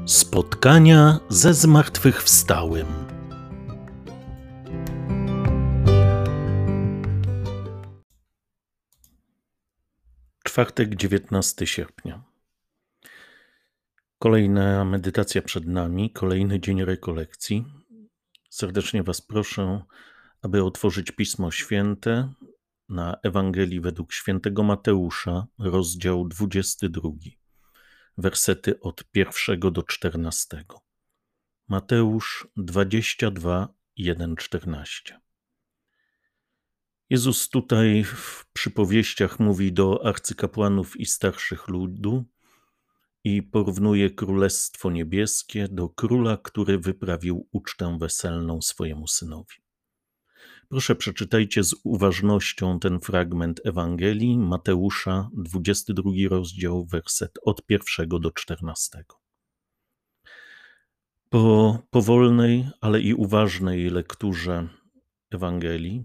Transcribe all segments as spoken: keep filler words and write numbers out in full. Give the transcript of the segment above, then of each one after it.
Spotkania ze zmartwychwstałym. Czwartek, dziewiętnastego sierpnia. Kolejna medytacja przed nami, kolejny dzień rekolekcji. Serdecznie Was proszę, aby otworzyć Pismo Święte na Ewangelii według świętego Mateusza, rozdział dwudziesty drugi, wersety od pierwszego do czternastego. Mateusz dwadzieścia dwa, jeden, czternaście. Jezus tutaj w przypowieściach mówi do arcykapłanów i starszych ludu i porównuje Królestwo Niebieskie do króla, który wyprawił ucztę weselną swojemu synowi. Proszę, przeczytajcie z uważnością ten fragment Ewangelii Mateusza, dwudziesty drugi rozdział, werset od pierwszego do czternastego. Po powolnej, ale i uważnej lekturze Ewangelii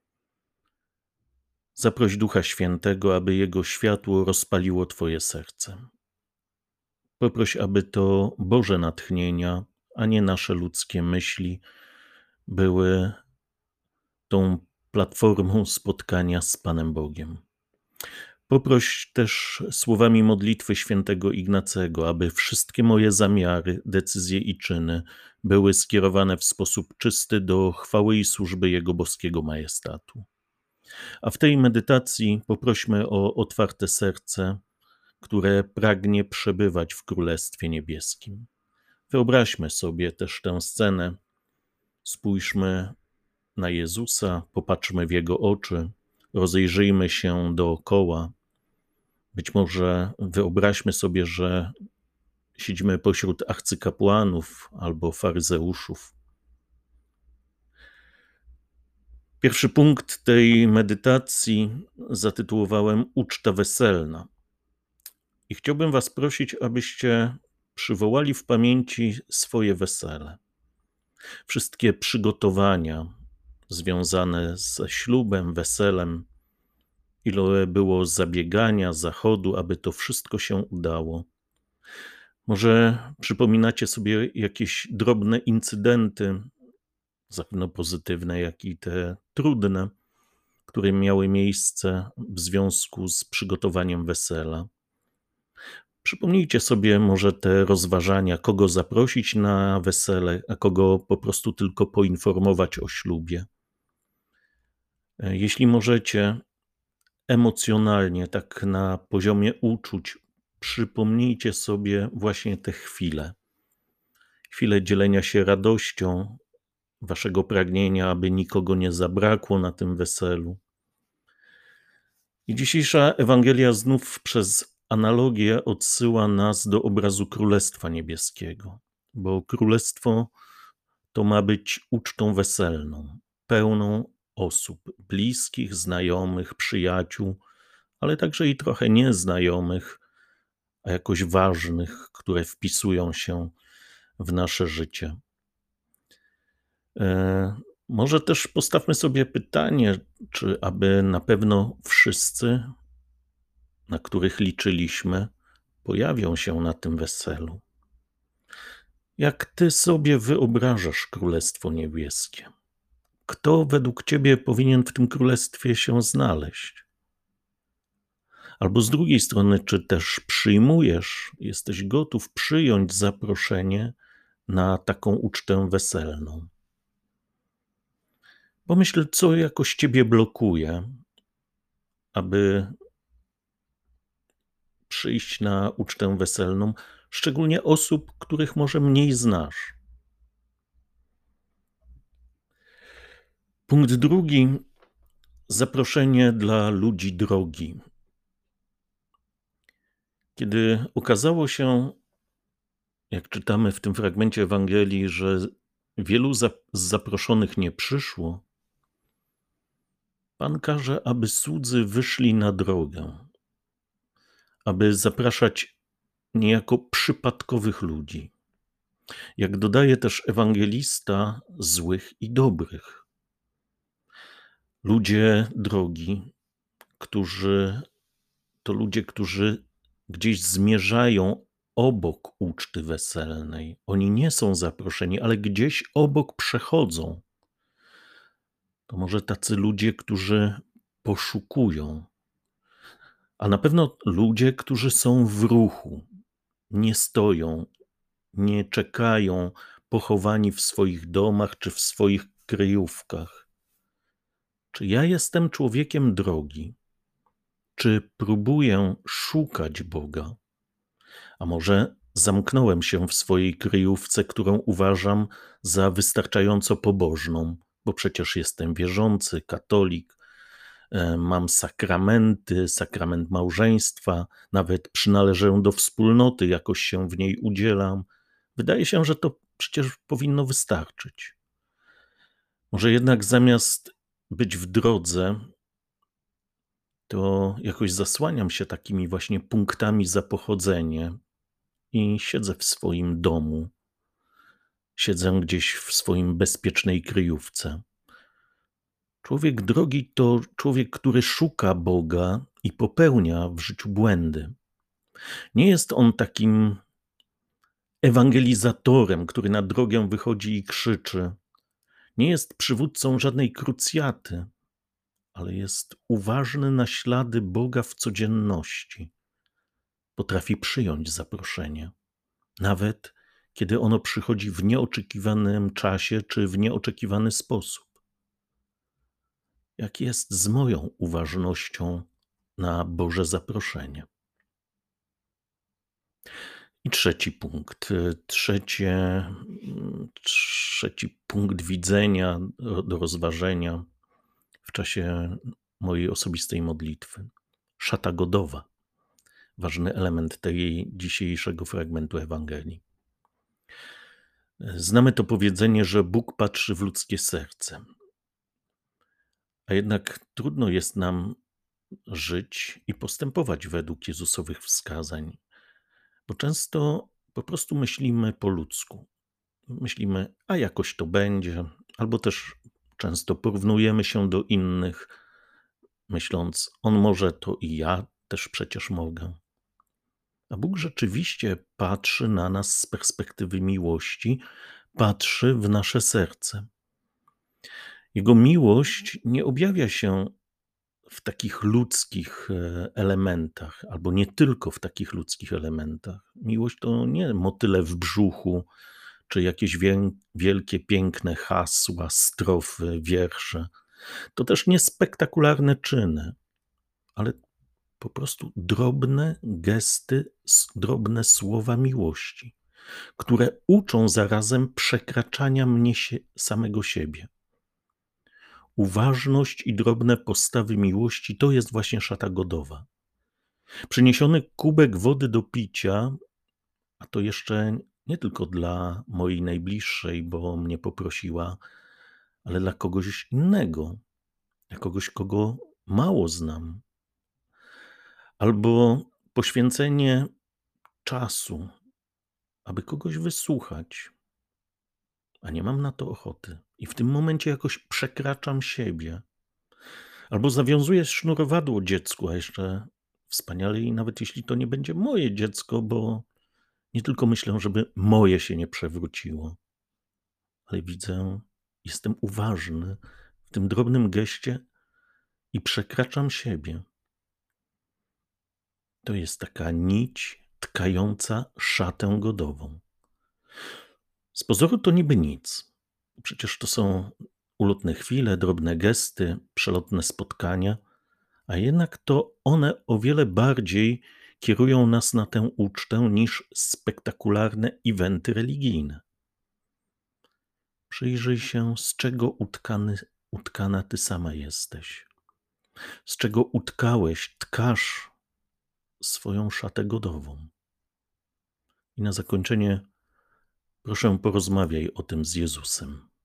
zaproś Ducha Świętego, aby Jego światło rozpaliło Twoje serce. Poproś, aby to Boże natchnienia, a nie nasze ludzkie myśli były tą platformą spotkania z Panem Bogiem. Poproś też słowami modlitwy świętego Ignacego, aby wszystkie moje zamiary, decyzje i czyny były skierowane w sposób czysty do chwały i służby Jego boskiego majestatu. A w tej medytacji poprośmy o otwarte serce, które pragnie przebywać w Królestwie Niebieskim. Wyobraźmy sobie też tę scenę. Spójrzmy na Jezusa, popatrzmy w Jego oczy, rozejrzyjmy się dookoła. Być może wyobraźmy sobie, że siedzimy pośród arcykapłanów albo faryzeuszów. Pierwszy punkt tej medytacji zatytułowałem Uczta weselna. I chciałbym Was prosić, abyście przywołali w pamięci swoje wesele. Wszystkie przygotowania związane ze ślubem, weselem, ile było zabiegania, zachodu, aby to wszystko się udało. Może przypominacie sobie jakieś drobne incydenty, zarówno pozytywne, jak i te trudne, które miały miejsce w związku z przygotowaniem wesela. Przypomnijcie sobie może te rozważania, kogo zaprosić na wesele, a kogo po prostu tylko poinformować o ślubie. Jeśli możecie emocjonalnie, tak na poziomie uczuć, przypomnijcie sobie właśnie te chwile. Chwile dzielenia się radością, waszego pragnienia, aby nikogo nie zabrakło na tym weselu. I dzisiejsza Ewangelia znów przez analogię odsyła nas do obrazu Królestwa Niebieskiego, bo Królestwo to ma być ucztą weselną, pełną osób bliskich, znajomych, przyjaciół, ale także i trochę nieznajomych, a jakoś ważnych, które wpisują się w nasze życie. E, może też postawmy sobie pytanie, czy aby na pewno wszyscy, na których liczyliśmy, pojawią się na tym weselu. Jak Ty sobie wyobrażasz Królestwo Niebieskie? Kto według Ciebie powinien w tym Królestwie się znaleźć? Albo z drugiej strony, czy też przyjmujesz, jesteś gotów przyjąć zaproszenie na taką ucztę weselną? Pomyśl, co jakoś Ciebie blokuje, aby przyjść na ucztę weselną, szczególnie osób, których może mniej znasz. Punkt drugi. Zaproszenie dla ludzi drogi. Kiedy okazało się, jak czytamy w tym fragmencie Ewangelii, że wielu z zaproszonych nie przyszło, Pan każe, aby słudzy wyszli na drogę, aby zapraszać niejako przypadkowych ludzi. Jak dodaje też ewangelista, złych i dobrych. Ludzie drogi, którzy to ludzie, którzy gdzieś zmierzają obok uczty weselnej. Oni nie są zaproszeni, ale gdzieś obok przechodzą. To może tacy ludzie, którzy poszukują, a na pewno ludzie, którzy są w ruchu, nie stoją, nie czekają pochowani w swoich domach czy w swoich kryjówkach. Czy ja jestem człowiekiem drogi? Czy próbuję szukać Boga? A może zamknąłem się w swojej kryjówce, którą uważam za wystarczająco pobożną, bo przecież jestem wierzący, katolik, mam sakramenty, sakrament małżeństwa, nawet przynależę do wspólnoty, jakoś się w niej udzielam. Wydaje się, że to przecież powinno wystarczyć. Może jednak zamiast być w drodze, to jakoś zasłaniam się takimi właśnie punktami za pochodzenie i siedzę w swoim domu. Siedzę gdzieś w swoim bezpiecznej kryjówce. Człowiek drogi to człowiek, który szuka Boga i popełnia w życiu błędy. Nie jest on takim ewangelizatorem, który na drogę wychodzi i krzyczy. Nie jest przywódcą żadnej krucjaty, ale jest uważny na ślady Boga w codzienności. Potrafi przyjąć zaproszenie, nawet kiedy ono przychodzi w nieoczekiwanym czasie czy w nieoczekiwany sposób. Jak jest z moją uważnością na Boże zaproszenie? I trzeci punkt, trzecie, trzeci punkt widzenia do rozważenia w czasie mojej osobistej modlitwy. Szata godowa. Ważny element tej dzisiejszego fragmentu Ewangelii. Znamy to powiedzenie, że Bóg patrzy w ludzkie serce. A jednak trudno jest nam żyć i postępować według Jezusowych wskazań, bo często po prostu myślimy po ludzku. Myślimy, a jakoś to będzie, albo też często porównujemy się do innych, myśląc, on może, to i ja też przecież mogę. A Bóg rzeczywiście patrzy na nas z perspektywy miłości, patrzy w nasze serce. Jego miłość nie objawia się w takich ludzkich elementach, albo nie tylko w takich ludzkich elementach. Miłość to nie motyle w brzuchu, czy jakieś wielkie, piękne hasła, strofy, wiersze. To też nie spektakularne czyny, ale po prostu drobne gesty, drobne słowa miłości, które uczą zarazem przekraczania mnie się, samego siebie. Uważność i drobne postawy miłości to jest właśnie szata godowa. Przyniesiony kubek wody do picia, a to jeszcze nie tylko dla mojej najbliższej, bo mnie poprosiła, ale dla kogoś innego, dla kogoś, kogo mało znam. Albo poświęcenie czasu, aby kogoś wysłuchać, a nie mam na to ochoty. I w tym momencie jakoś przekraczam siebie. Albo zawiązuję sznurowadło dziecku, a jeszcze wspanialej, nawet jeśli to nie będzie moje dziecko, bo nie tylko myślę, żeby moje się nie przewróciło, ale widzę, jestem uważny w tym drobnym geście i przekraczam siebie. To jest taka nić tkająca szatę godową. Z pozoru to niby nic. Przecież to są ulotne chwile, drobne gesty, przelotne spotkania, a jednak to one o wiele bardziej kierują nas na tę ucztę niż spektakularne eventy religijne. Przyjrzyj się, z czego utkany, utkana ty sama jesteś. Z czego utkałeś, tkasz swoją szatę godową. I na zakończenie proszę, porozmawiaj o tym z Jezusem.